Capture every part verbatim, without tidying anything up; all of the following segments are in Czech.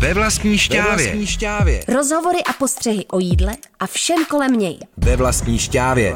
Ve vlastní šťávě. Ve vlastní šťávě. Rozhovory a postřehy o jídle a všem kolem něj. Ve vlastní šťávě.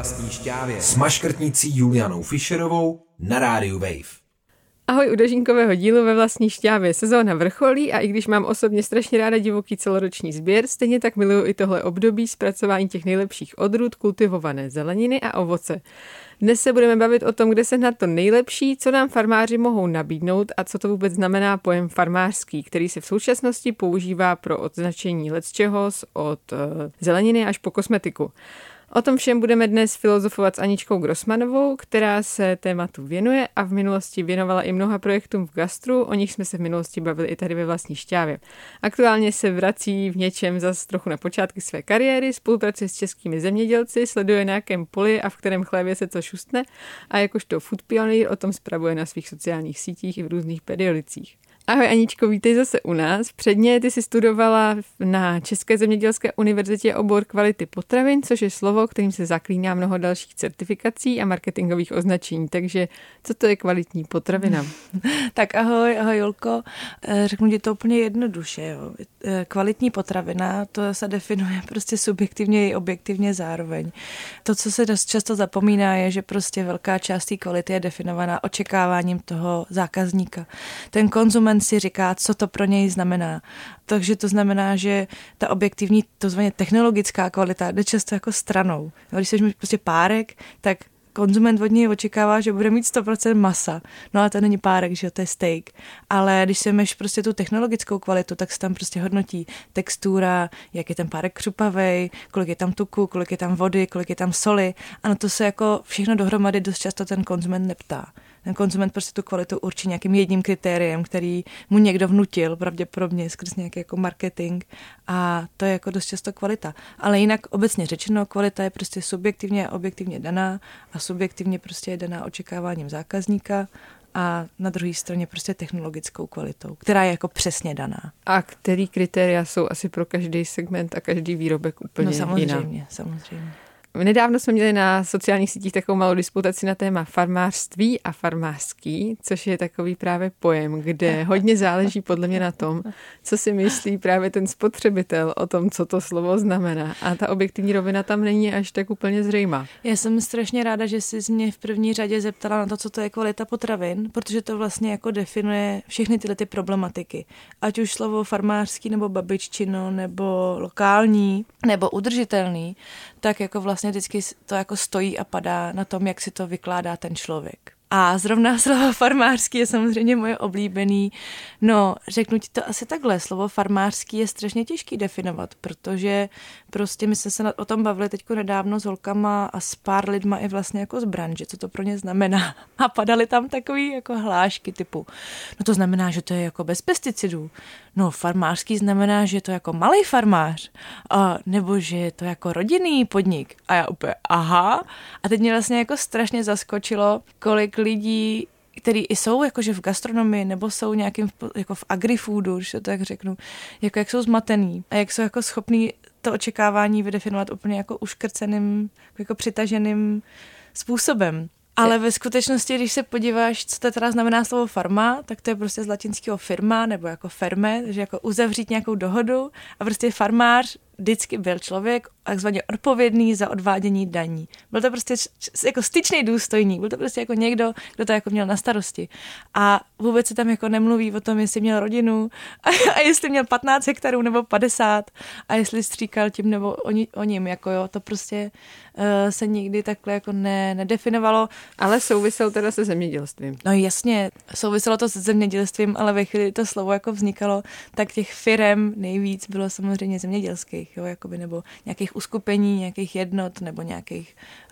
S maškrtnicí Julianou Fischerovou na rádiu Wave. Ahoj u dožínkového dílu Ve vlastní šťávě. Sezóna vrcholí a i když mám osobně strašně ráda divoký celoroční sběr, stejně tak miluju i tohle období zpracování těch nejlepších odrůd kultivované zeleniny a ovoce. Dnes se budeme bavit o tom, kde sehnat to nejlepší, co nám farmáři mohou nabídnout a co to vůbec znamená pojem farmářský, který se v současnosti používá pro označení lecčehos od zeleniny až po kosmetiku. O tom všem budeme dnes filozofovat s Aničkou Grossmanovou, která se tématu věnuje a v minulosti věnovala i mnoha projektům v gastru, o nich jsme se v minulosti bavili i tady ve vlastní šťávě. Aktuálně se vrací v něčem zas trochu na počátky své kariéry, spolupracuje s českými zemědělci, sleduje na jakém poli a v kterém chlévě se co šustne a jakožto food pionýr o tom spravuje na svých sociálních sítích i v různých periodicích. Ahoj Aničko, vítej zase u nás. Předně ty jsi studovala na České zemědělské univerzitě obor kvality potravin, což je slovo, kterým se zaklíná mnoho dalších certifikací a marketingových označení. Takže co to je kvalitní potravina? Tak ahoj, ahoj Julko. Řeknu ti to úplně jednoduše. Jo. Kvalitní potravina, to se definuje prostě subjektivně i objektivně zároveň. To, co se dost často zapomíná, je, že prostě velká část té kvality je definovaná očekáváním toho zákazníka. Ten konzument si říká, co to pro něj znamená. Takže to znamená, že ta objektivní, takzvaně technologická kvalita jde často jako stranou. Když jsi prostě párek, tak konzument od něj očekává, že bude mít sto procent masa. No ale to není párek, že to je steak. Ale když si máš prostě tu technologickou kvalitu, tak se tam prostě hodnotí textura, jak je ten párek křupavej, kolik je tam tuku, kolik je tam vody, kolik je tam soli. A na to se jako všechno dohromady dost často ten konzument neptá. Ten konzument prostě tu kvalitu určí nějakým jedním kritériem, který mu někdo vnutil, pravděpodobně skrz nějaký jako marketing, a to je jako dost často kvalita. Ale jinak obecně řečeno, kvalita je prostě subjektivně a objektivně daná a subjektivně prostě je daná očekáváním zákazníka a na druhé straně prostě technologickou kvalitou, která je jako přesně daná. A který kritéria jsou asi pro každý segment a každý výrobek úplně jiná? No samozřejmě, jiná. samozřejmě. Nedávno jsme měli na sociálních sítích takovou malou disputaci na téma farmářství a farmářský, což je takový právě pojem, kde hodně záleží podle mě na tom, co si myslí právě ten spotřebitel o tom, co to slovo znamená. A ta objektivní rovina tam není až tak úplně zřejmá. Já jsem strašně ráda, že jsi mě v první řadě zeptala na to, co to je kvalita potravin, protože to vlastně jako definuje všechny tyhle ty problematiky. Ať už slovo farmářský, nebo babiččino, nebo lokální, nebo udržitelný, tak jako vlastně vždycky to jako stojí a padá na tom, jak si to vykládá ten člověk. A zrovna slovo farmářský je samozřejmě moje oblíbený. No, řeknu ti to asi takhle. Slovo farmářský je strašně těžký definovat, protože prostě my jsme se o tom bavili teďko nedávno s holkama a s pár lidma i vlastně jako z branže, co to pro ně znamená. A padaly tam takový jako hlášky typu, no to znamená, že to je jako bez pesticidů. No, farmářský znamená, že je to jako malej farmář, a, nebo že je to jako rodinný podnik. A já úplně, aha. A teď mě vlastně jako strašně zaskočilo, kolik lidí, který i jsou jakože v gastronomii, nebo jsou nějakým jako v agrifoodu, když to tak řeknu, jako jak jsou zmatený a jak jsou jako schopný to očekávání vydefinovat úplně jako uškrceným, jako přitaženým způsobem. Ale ve skutečnosti, když se podíváš, co to teda znamená slovo farma, tak to je prostě z latinského firma, nebo jako ferme, takže jako uzavřít nějakou dohodu a prostě farmář vždycky byl člověk takzvaně odpovědný za odvádění daní. Byl to prostě jako styčný důstojník, byl to prostě jako někdo, kdo to jako měl na starosti. A vůbec se tam jako nemluví o tom, jestli měl rodinu a, a jestli měl patnáct hektarů nebo padesát a jestli stříkal tím nebo o, ní, o ním, jako jo, to prostě uh, se nikdy takhle jako ne, nedefinovalo. Ale souviselo teda se zemědělstvím. No jasně, souviselo to se zemědělstvím, ale ve chvíli to slovo jako vznikalo, tak těch firem nejvíc bylo samozřejmě zemědělských, jo, jakoby, nebo nějakých uskupení, nějakých jednot nebo nějakých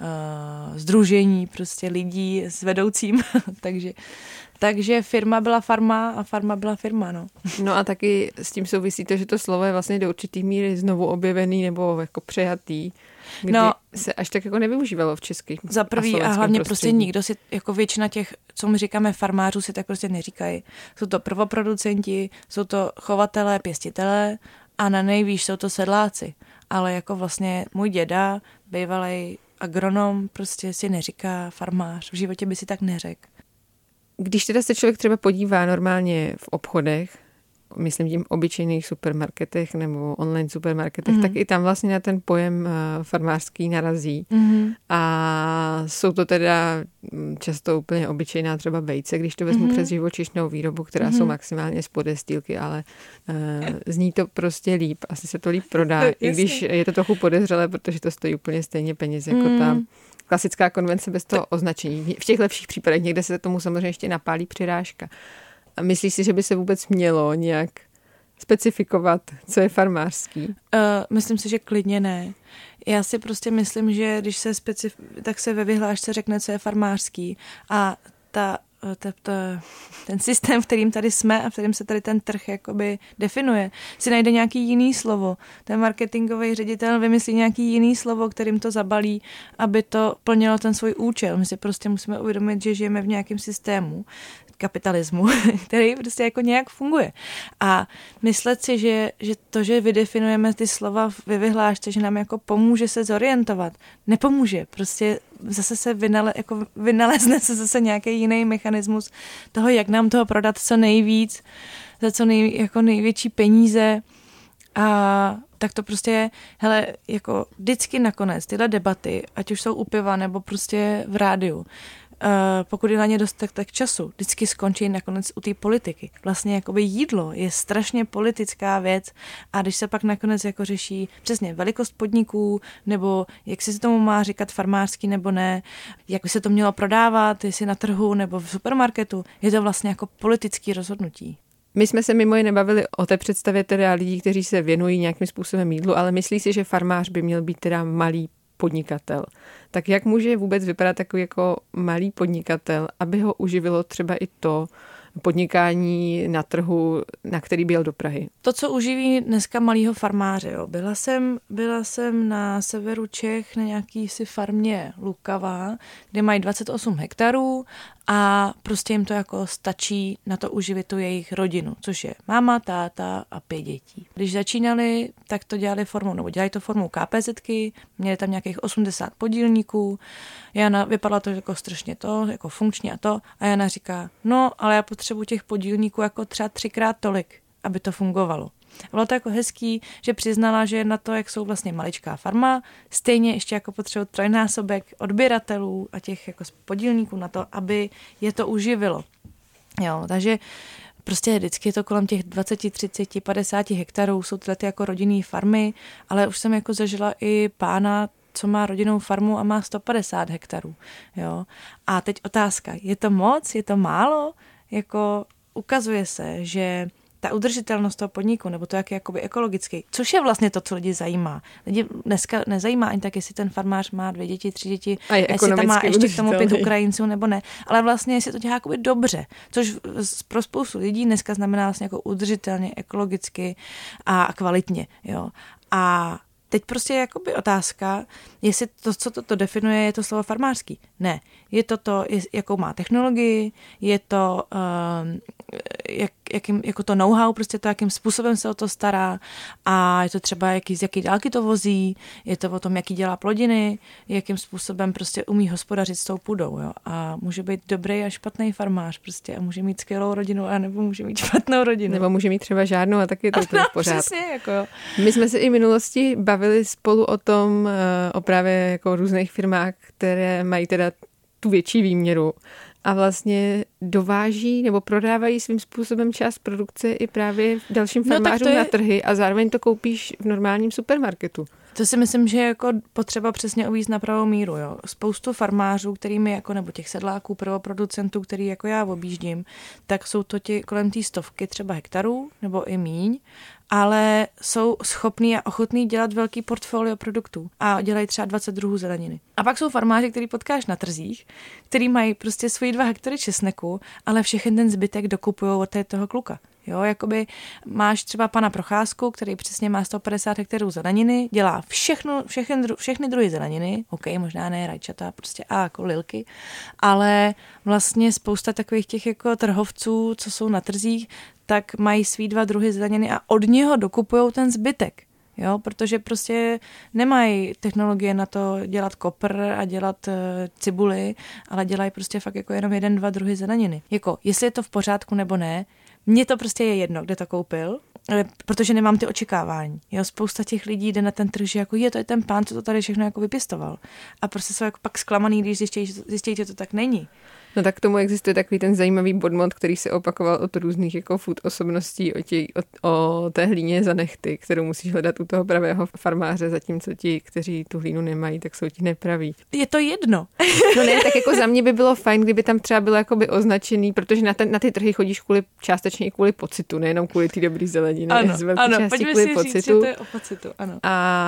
uh, sdružení prostě lidí s vedoucím, takže Takže firma byla farma a farma byla firma, no. No a taky s tím souvisí to, že to slovo je vlastně do určitý míry znovu objevený nebo jako přejatý, kdy no, se až tak jako nevyužívalo v českých za prvý a, a hlavně prostředí. Prostě nikdo si, jako většina těch, co my říkáme farmářů, si tak prostě neříkají. Jsou to prvoproducenti, jsou to chovatelé, pěstitelé a na nejvýš jsou to sedláci. Ale jako vlastně můj děda, bývalej agronom, prostě si neříká farmář. V životě by si tak neřekl. Když teda se člověk třeba podívá normálně v obchodech, myslím tím obyčejných supermarketech nebo online supermarketech, mm. tak i tam vlastně na ten pojem farmářský narazí. Mm. A jsou to teda často úplně obyčejná třeba vejce, když to vezmu mm. přes živočišnou výrobu, která mm. jsou maximálně z podestýlky, ale uh, zní to prostě líp. Asi se to líp prodá, no, i když je to trochu podezřelé, protože to stojí úplně stejně peněz jako mm. ta klasická konvence bez toho označení. V těch lepších případech někde se tomu samozřejmě ještě napálí přirážka. A myslíš si, že by se vůbec mělo nějak specifikovat, co je farmářský? Uh, myslím si, že klidně ne. Já si prostě myslím, že když se specif- tak se ve vyhlášce řekne, co je farmářský a ta Ta, ta, ten systém, v kterým tady jsme a v kterým se tady ten trh jakoby definuje, si najde nějaký jiný slovo. Ten marketingový ředitel vymyslí nějaký jiný slovo, kterým to zabalí, aby to plnilo ten svůj účel. My si prostě musíme uvědomit, že žijeme v nějakém systému kapitalismu, který prostě jako nějak funguje. A myslet si, že, že to, že vydefinujeme ty slova ve vyhlášce, že nám jako pomůže se zorientovat, nepomůže. Prostě zase se vynale, jako vynalezne se zase nějaký jiný mechanismus toho, jak nám toho prodat co nejvíc, za co nej, jako největší peníze. A tak to prostě je, hele, jako vždycky nakonec tyhle debaty, ať už jsou u piva nebo prostě v rádiu, Uh, pokud je na ně dost tak, tak času, vždycky skončí nakonec u té politiky. Vlastně jakoby jídlo je strašně politická věc a když se pak nakonec jako řeší přesně velikost podniků, nebo jak se tomu má říkat farmářský nebo ne, jak by se to mělo prodávat, jestli na trhu nebo v supermarketu, je to vlastně jako politický rozhodnutí. My jsme se mimo jiné bavili o té představě teda lidí, kteří se věnují nějakým způsobem jídlu, ale myslí si, že farmář by měl být teda malý podnikatel. Tak jak může vůbec vypadat takový jako malý podnikatel, aby ho uživilo třeba i to podnikání na trhu, na který byl do Prahy? To, co uživí dneska malýho farmáře. Jo. Byla jsem, byla jsem na severu Čech na nějaký si farmě Lukavá, kde mají dvacet osm hektarů a prostě jim to jako stačí na to uživit tu jejich rodinu, což je máma, táta a pět dětí. Když začínali, tak to dělali formou, nebo dělají to formou KPZky, měli tam nějakých osmdesát podílníků. Jana, vypadalo to jako strašně to, jako funkčně a to. A Jana říká, no, ale já potřebuji těch podílníků jako třeba třikrát tolik, aby to fungovalo. A bylo to jako hezký, že přiznala, že na to, jak jsou vlastně maličká farma, stejně ještě jako potřebuje trojnásobek odběratelů a těch jako podílníků na to, aby je to uživilo. Jo, takže prostě vždycky je to kolem těch dvacet, třicet, padesát hektarů, jsou tyhle ty jako rodinné farmy, ale už jsem jako zažila i pána, co má rodinnou farmu a má sto padesát hektarů. Jo. A teď otázka, je to moc, je to málo? Jako ukazuje se, že ta udržitelnost toho podniku, nebo to, jak je jakoby ekologický, což je vlastně to, co lidi zajímá. Lidi dneska nezajímá ani tak, jestli ten farmář má dvě děti, tři děti, jestli tam má ještě k tomu pět Ukrajinců nebo ne, ale vlastně jestli to dělá jakoby dobře, což pro spoustu lidí dneska znamená vlastně jako udržitelně, ekologicky a kvalitně. Jo. A teď prostě je jakoby otázka, jestli to, co to, to definuje, je to slovo farmářský. Ne. Je to to, jakou má technologii, je to um, jak, jakým, jako to know-how, prostě to, jakým způsobem se o to stará a je to třeba, jaký, z jaký dálky to vozí, je to o tom, jaký dělá plodiny, jakým způsobem prostě umí hospodařit s tou půdou. Jo? A může být dobrý a špatný farmář prostě a může mít skvělou rodinu a nebo může mít špatnou rodinu. Nebo může mít třeba žádnou a taky to úplně v pořádku. Přesně, jako jo. My jsme se i v minulosti bavili spolu o tom, o právě jako různých firmách, které mají teda tu větší výměru a vlastně dováží nebo prodávají svým způsobem část produkce i právě dalším farmářům no, je... na trhy a zároveň to koupíš v normálním supermarketu. To si myslím, že je jako potřeba přesně uvíct na pravou míru. Jo. Spoustu farmářů, kterými jako, nebo těch sedláků, prvoproducentů, který jako já objíždím, tak jsou to ti kolem té stovky třeba hektarů nebo i míň, ale jsou schopní a ochotní dělat velký portfolio produktů a dělají třeba dvacet druhů zeleniny. A pak jsou farmáři, který potkáš na trzích, který mají prostě svoji dva hektary česneku, ale všechny ten zbytek dokupujou od toho kluka. Jo, jakoby máš třeba pana Procházku, který přesně má sto padesát hektarů zeleniny, dělá všechno, všechny, dru, všechny druhy zeleniny, ok, možná ne rajčata, prostě a jako lilky, ale vlastně spousta takových těch jako trhovců, co jsou na trzích, tak mají svý dva druhy zeleniny a od něho dokupujou ten zbytek. Jo, protože prostě nemají technologie na to dělat kopr a dělat uh, cibuly, ale dělají prostě fakt jako jenom jeden, dva druhy zeleniny. Jako, jestli je to v pořádku nebo ne, Mně to prostě je jedno, kde to koupil, protože nemám ty očekávání. Jo, spousta těch lidí jde na ten trh, že jako je, to je ten pán, co to tady všechno jako vypěstoval. A prostě jsou jako pak zklamaný, když zjistí, zjistí, že to tak není. No tak k tomu existuje takový ten zajímavý bodmot, který se opakoval od různých jako food osobností o, tě, o, o té hlíně za nehty, kterou musíš hledat u toho pravého farmáře, zatímco ti, kteří tu hlínu nemají, tak jsou ti nepraví. Je to jedno. No ne, tak jako za mě by bylo fajn, kdyby tam třeba bylo jakoby označený, protože na, ten, na ty trhy chodíš kvůli, částečně i kvůli pocitu, nejenom kvůli té dobrý zeleniny. Ano, z velké ano, části pojďme kvůli si pocitu. říct, že to je o pocitu, ano.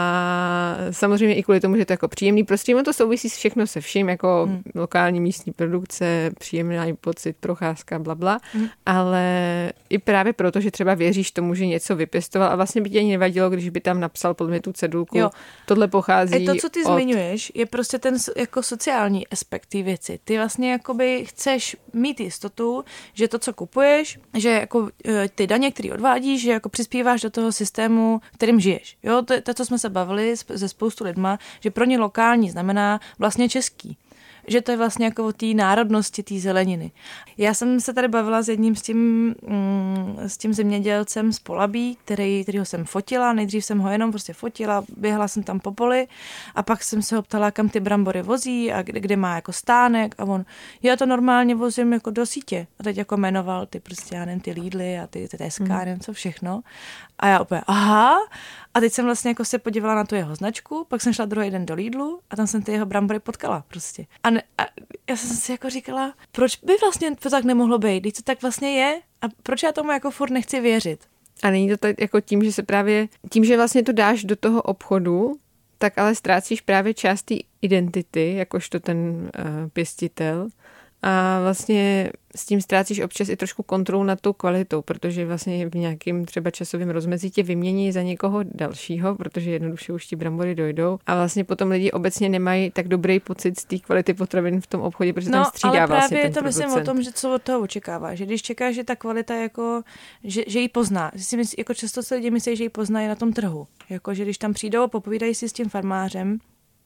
A samozřejmě i kvůli tomu, že to je jako příjemný prostředí, no to souvisí všechno se vším, jako hmm. lokální místní produkce, příjemný pocit, procházka, blabla, hmm. ale i právě proto, že třeba věříš tomu, že něco vypěstoval a vlastně by tě ani nevadilo, když by tam napsal podle mě tu cedulku, jo. Tohle pochází A to, co ty od... zmiňuješ, je prostě ten jako sociální aspekt té věci. Ty vlastně jakoby chceš mít jistotu, že to, co kupuješ, že jako ty daně, které odvádíš, že jako přispíváš do toho systému, kterým žiješ. Jo, to, to, co jsme se bavili ze spoustu lidma, že pro ně lokální znamená vlastně český. Že to je vlastně jako o té národnosti, té zeleniny. Já jsem se tady bavila s jedním s tím, mm, s tím zemědělcem z Polabí, který, kterýho jsem fotila. Nejdřív jsem ho jenom prostě fotila, běhla jsem tam po poli a pak jsem se ho ptala, kam ty brambory vozí a kde, kde má jako stánek a on, já to normálně vozím jako do sítě. A teď jako jmenoval ty prostě, já nevím, ty Lidly a ty, ty Teska, mm. nevím co všechno. A já úplně, aha. A teď jsem vlastně jako se podívala na tu jeho značku, pak jsem šla druhý den do Lidlu a tam jsem ty jeho brambory potkala prostě. A, ne, a já jsem si jako říkala, proč by vlastně to tak nemohlo být, když to tak vlastně je a proč já tomu jako furt nechci věřit. A není to tak jako tím, že se právě, tím, že vlastně to dáš do toho obchodu, tak ale ztrácíš právě část té identity, jakožto ten uh, pěstitel. A vlastně s tím ztrácíš občas i trošku kontrolu nad tou kvalitou, protože vlastně v nějakým třeba časovém rozmezí tě vymění za někoho dalšího, protože jednoduše už ti brambory dojdou. A vlastně potom lidi obecně nemají tak dobrý pocit z té kvality potravin v tom obchodě, protože no, tam střídá vlastně ten ale právě to producent. myslím o tom, že co od toho očekává. Že když čekáš, že ta kvalita jako, že, že ji pozná. Že si myslí, jako často se lidi myslí, že ji poznají na tom trhu. Jako, že když tam přijdou a popovídají si s tím farmářem,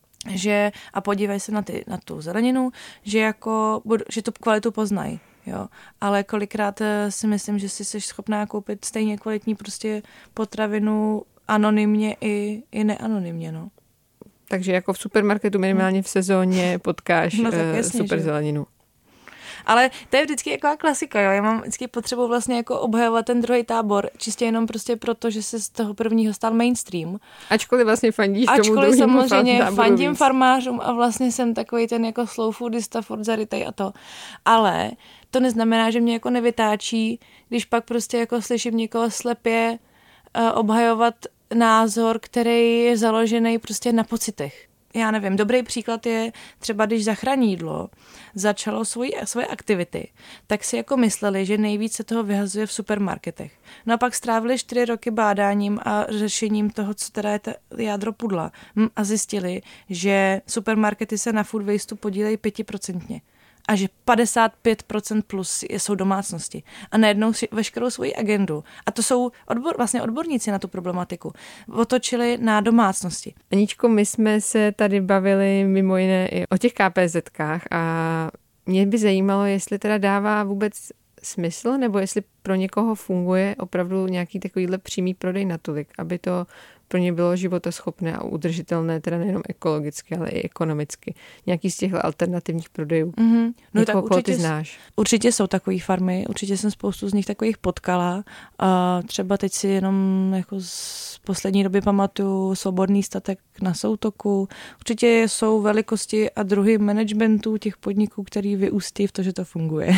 že a podívají se na, ty, na tu zeleninu, že jako, že tu kvalitu poznají, jo. Ale kolikrát si myslím, že si jsi schopná koupit stejně kvalitní prostě potravinu anonymně i, i neanonymně, no. Takže jako v supermarketu minimálně v sezóně potkáš no, jasně, super že? zeleninu. Ale to je vždycky jako klasika, jo. Já mám vždycky potřebu vlastně jako obhajovat ten druhý tábor, čistě jenom prostě proto, že se z toho prvního stal mainstream. Ačkoliv vlastně fandíš tomu Ačkoliv druhému samozřejmě fandím víc. farmářům a vlastně jsem takový ten jako slow foodista, furt zarytej a to. Ale to neznamená, že mě jako nevytáčí, když pak prostě jako slyším někoho slepě uh, obhajovat názor, který je založený prostě na pocitech. Já nevím, dobrý příklad je třeba, když Zachrání jídlo začalo svoji, svoje aktivity, tak si jako mysleli, že nejvíc se toho vyhazuje v supermarketech. No a pak strávili čtyři roky bádáním a řešením toho, co teda je to jádro pudla a zjistili, že supermarkety se na food wasteu podílejí pětiprocentně. A že padesát pět procent plus jsou domácnosti. A najednou si veškerou svoji agendu, a to jsou odbor, vlastně odborníci na tu problematiku, otočili na domácnosti. Aničko, my jsme se tady bavili mimo jiné i o těch KPZkách a mě by zajímalo, jestli teda dává vůbec smysl, nebo jestli pro někoho funguje opravdu nějaký takovýhle přímý prodej natolik, aby to pro ně bylo životaschopné a udržitelné, teda nejenom ekologicky, ale i ekonomicky. Nějaký z těchto alternativních prodejů. Mm-hmm. No někoho, tak určitě, ty znáš. Určitě jsou takové farmy, určitě jsem spoustu z nich takových potkala. A třeba teď si jenom jako z poslední doby pamatuju Svobodný statek na Soutoku. Určitě jsou velikosti a druhy managementu těch podniků, který vyústí v to, že to funguje.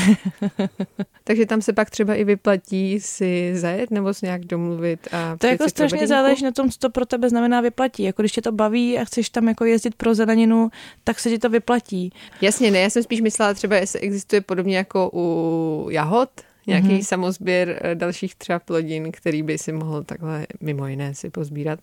Takže tam se pak třeba i vyplatí si zajet nebo si nějak domluvit. A to jako strašně záleží na tom, co to pro tebe znamená vyplatí. Jako když tě to baví a chceš tam jako jezdit pro zeleninu, tak se ti to vyplatí. Jasně, ne, já jsem spíš myslela třeba, jestli existuje podobně jako u jahod, nějaký mm-hmm. samozběr dalších třeba plodin, který by si mohl takhle mimo jiné si pozbírat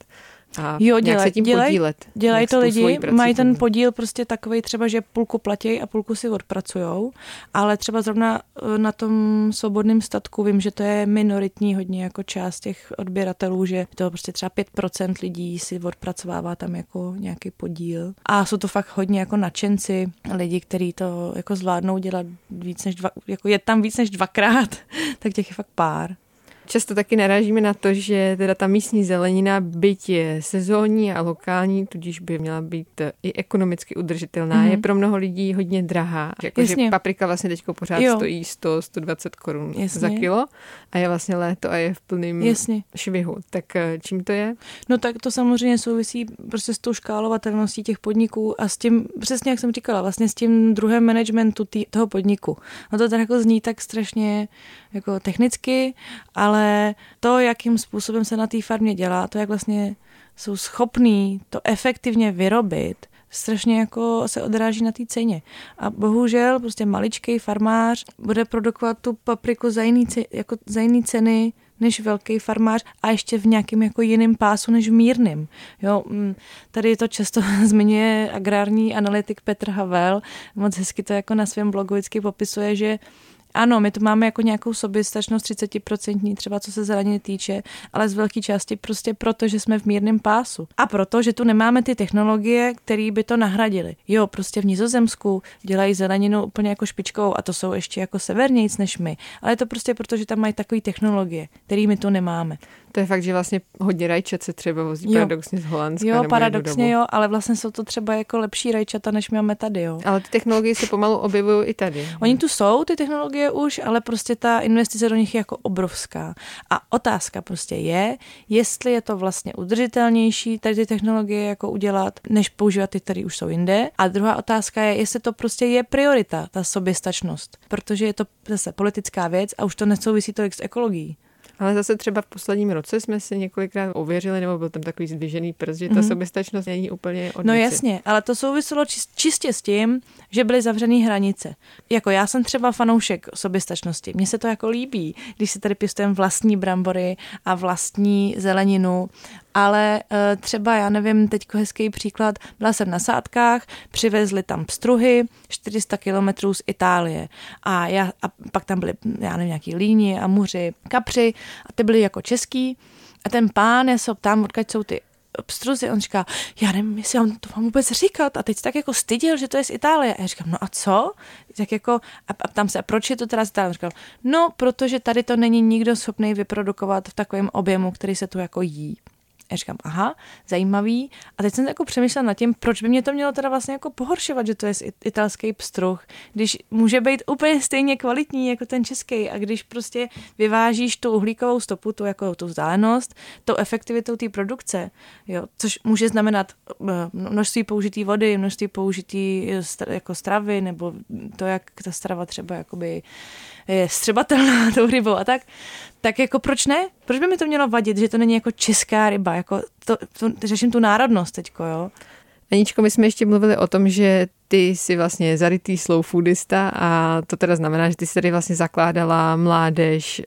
a jo, nějak dělaj, se tím dělaj, podílet. Dělají to lidi, mají ten podíl. podíl prostě takovej třeba, že půlku platí a půlku si odpracujou, ale třeba zrovna na tom svobodném statku vím, že to je minoritní hodně jako část těch odběratelů, že to prostě třeba pět procent lidí si odpracovává tam jako nějaký podíl. A jsou to fakt hodně jako nadšenci, lidi, kteří to jako zvládnou dělat víc než dva, jako je tam víc než dvakrát, tak těch je fakt pár. Často taky narážíme na to, že teda ta místní zelenina, byť je sezónní a lokální, tudíž by měla být i ekonomicky udržitelná, mm-hmm. je pro mnoho lidí hodně drahá. Jakože paprika vlastně teďko pořád jo. stojí sto až sto dvacet korun za kilo a je vlastně léto a je v plném Jasně. švihu. Tak čím to je? No tak to samozřejmě souvisí prostě s tou škálovatelností těch podniků a s tím, přesně jak jsem říkala, vlastně s tím druhém managementu tý, toho podniku. No to tak jako zní tak strašně jako technicky, ale to, jakým způsobem se na té farmě dělá, to, jak vlastně jsou schopní to efektivně vyrobit, strašně jako se odráží na té ceně. A bohužel prostě maličký farmář bude produkovat tu papriku za jiný, jako za jiný ceny než velký farmář a ještě v nějakém jako jiném pásu než v mírném. Jo, tady to často zmiňuje agrární analytik Petr Havel, moc hezky to jako na svém blogu vždycky popisuje, že ano, my tu máme jako nějakou soběstačnost třicet procent třeba co se zeleniny týče, ale z velké části prostě proto, že jsme v mírném pásu. A proto, že tu nemáme ty technologie, které by to nahradily. Jo, prostě v Nizozemsku dělají zeleninu úplně jako špičkou a to jsou ještě jako severnějc než my. Ale je to prostě proto, že tam mají takové technologie, které my tu nemáme. To je fakt, že vlastně hodně rajčat se třeba vozí jo. paradoxně z Holandska. Jo, paradoxně jo, ale vlastně jsou to třeba jako lepší rajčata, než máme tady, jo. Ale ty technologie se pomalu objevují i tady. Oni tu jsou, ty technologie už, ale prostě ta investice do nich je jako obrovská. A otázka prostě je, jestli je to vlastně udržitelnější tady ty technologie jako udělat, než používat ty, které už jsou jinde. A druhá otázka je, jestli to prostě je priorita, ta soběstačnost. Protože je to zase politická věc a už to nesouvisí tolik s ekologií. Ale zase třeba v posledním roce jsme si několikrát ověřili, nebo byl tam takový zdvižený prst, že ta mm. soběstačnost není úplně od No věci. jasně, ale to souviselo čistě s tím, že byly zavřené hranice. Jako já jsem třeba fanoušek soběstačnosti. Mně se to jako líbí, když si tady pěstujeme vlastní brambory a vlastní zeleninu, ale e, třeba, já nevím, teďko hezký příklad, byla jsem na Sádkách, přivezli tam pstruhy, čtyři sta kilometrů z Itálie a, já, a pak tam byly, já nevím, nějaký líni a muři, kapři a ty byly jako český a ten pán, já se ptám, odkud jsou ty pstruzy, on říká, já nevím, jestli on to mám vůbec říkat a teď se tak jako styděl, že to je z Itálie a já říkám, no a co? Tak jako, a, a ptám se, a proč je to teda z Itálie? Říkal, no, protože tady to není nikdo schopný vyprodukovat v takovém objemu, který se tu jako jí. Já říkám, aha, zajímavý. A teď jsem jako přemýšlela nad tím, proč by mě to mělo teda vlastně jako pohoršovat, že to je italský pstruh, když může být úplně stejně kvalitní jako ten český a když prostě vyvážíš tu uhlíkovou stopu, tu jako tu vzdálenost, tou efektivitou té produkce, jo, což může znamenat množství použitý vody, množství použitý jako stravy, nebo to, jak ta strava třeba jakoby je střebatelná tou rybou a tak, tak jako proč ne? Proč by mi to mělo vadit, že to není jako česká ryba, jako to, to řeším tu národnost teďko, jo? Aničko, my jsme ještě mluvili o tom, že ty jsi vlastně zarytý slow foodista a to teda znamená, že ty jsi tady vlastně zakládala mládež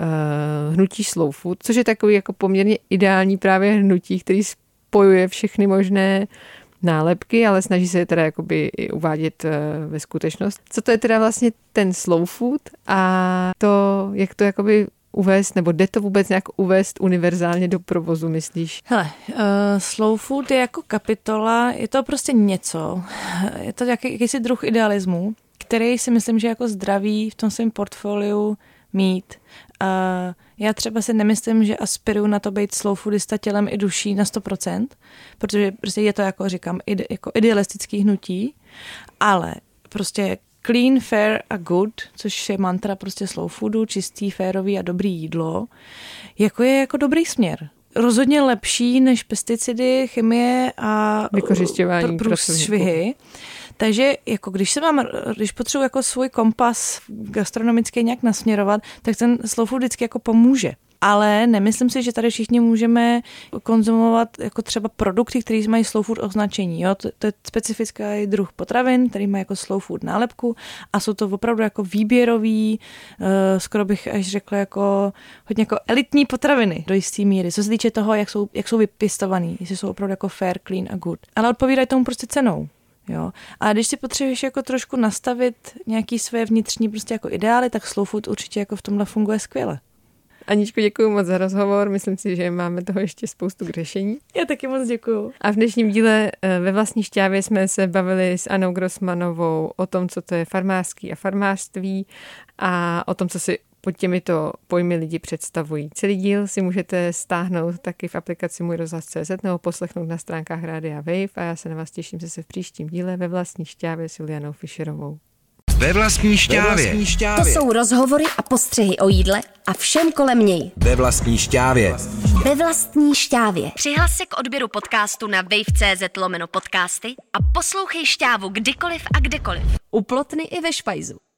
uh, hnutí slow food, což je takový jako poměrně ideální právě hnutí, který spojuje všechny možné nálepky, ale snaží se je teda jakoby i uvádět uh, ve skutečnost. Co to je teda vlastně ten slow food a to, jak to jakoby uvést, nebo jde to vůbec nějak uvést univerzálně do provozu, myslíš? Hele, uh, slow food je jako kapitola, je to prostě něco, je to jaký, jakýsi druh idealismu, který si myslím, že jako zdravý v tom svém portfoliu mít. Uh, já třeba si nemyslím, že aspiruju na to být slow foodista tělem i duší na sto procent, protože prostě je to, jako říkám, ide, jako idealistický hnutí, ale prostě clean, fair a good, což je mantra prostě slow foodu, čistý, férový a dobrý jídlo, jako je jako dobrý směr. Rozhodně lepší než pesticidy, chemie a vykořisťování průšvihy. Takže jako když se mám, když potřebuji jako svůj kompas gastronomický nějak nasměrovat, tak ten slow food vždycky jako pomůže. Ale nemyslím si, že tady všichni můžeme konzumovat jako třeba produkty, které mají slow food označení. Jo? To, to je specifický druh potravin, který má jako slow food nálepku a jsou to opravdu jako výběrový, uh, skoro bych až řekla jako hodně jako elitní potraviny do jistý míry, co se týče toho, jak jsou, jak jsou vypěstovaný, jestli jsou opravdu jako fair, clean a good. Ale odpovídají tomu prostě cenou. Jo. A když si potřebuješ jako trošku nastavit nějaký své vnitřní prostě jako ideály, tak slow food určitě jako v tomhle funguje skvěle. Aničko, děkuji moc za rozhovor, myslím si, že máme toho ještě spoustu k řešení. Já taky moc děkuju. A v dnešním díle Ve vlastní šťávě jsme se bavili s Anou Grossmanovou o tom, co to je farmářství a farmářství a o tom, co si pod těmito pojmy lidi představují. Celý díl si můžete stáhnout taky v aplikaci Můj rozhlas tečka cé zet nebo poslechnout na stránkách Rádia Wave a já se na vás těším zase v příštím díle Ve vlastní šťávě s Julianou Fischerovou. Ve vlastní šťávě. To jsou rozhovory a postřehy o jídle a všem kolem něj. Ve vlastní šťávě. Ve vlastní šťávě. Přihlas se k odběru podcastu na wave tečka cé zet lomeno podcasty a poslouchej Šťávu kdykoliv a kdekoliv. U Plotny i ve Špajzu.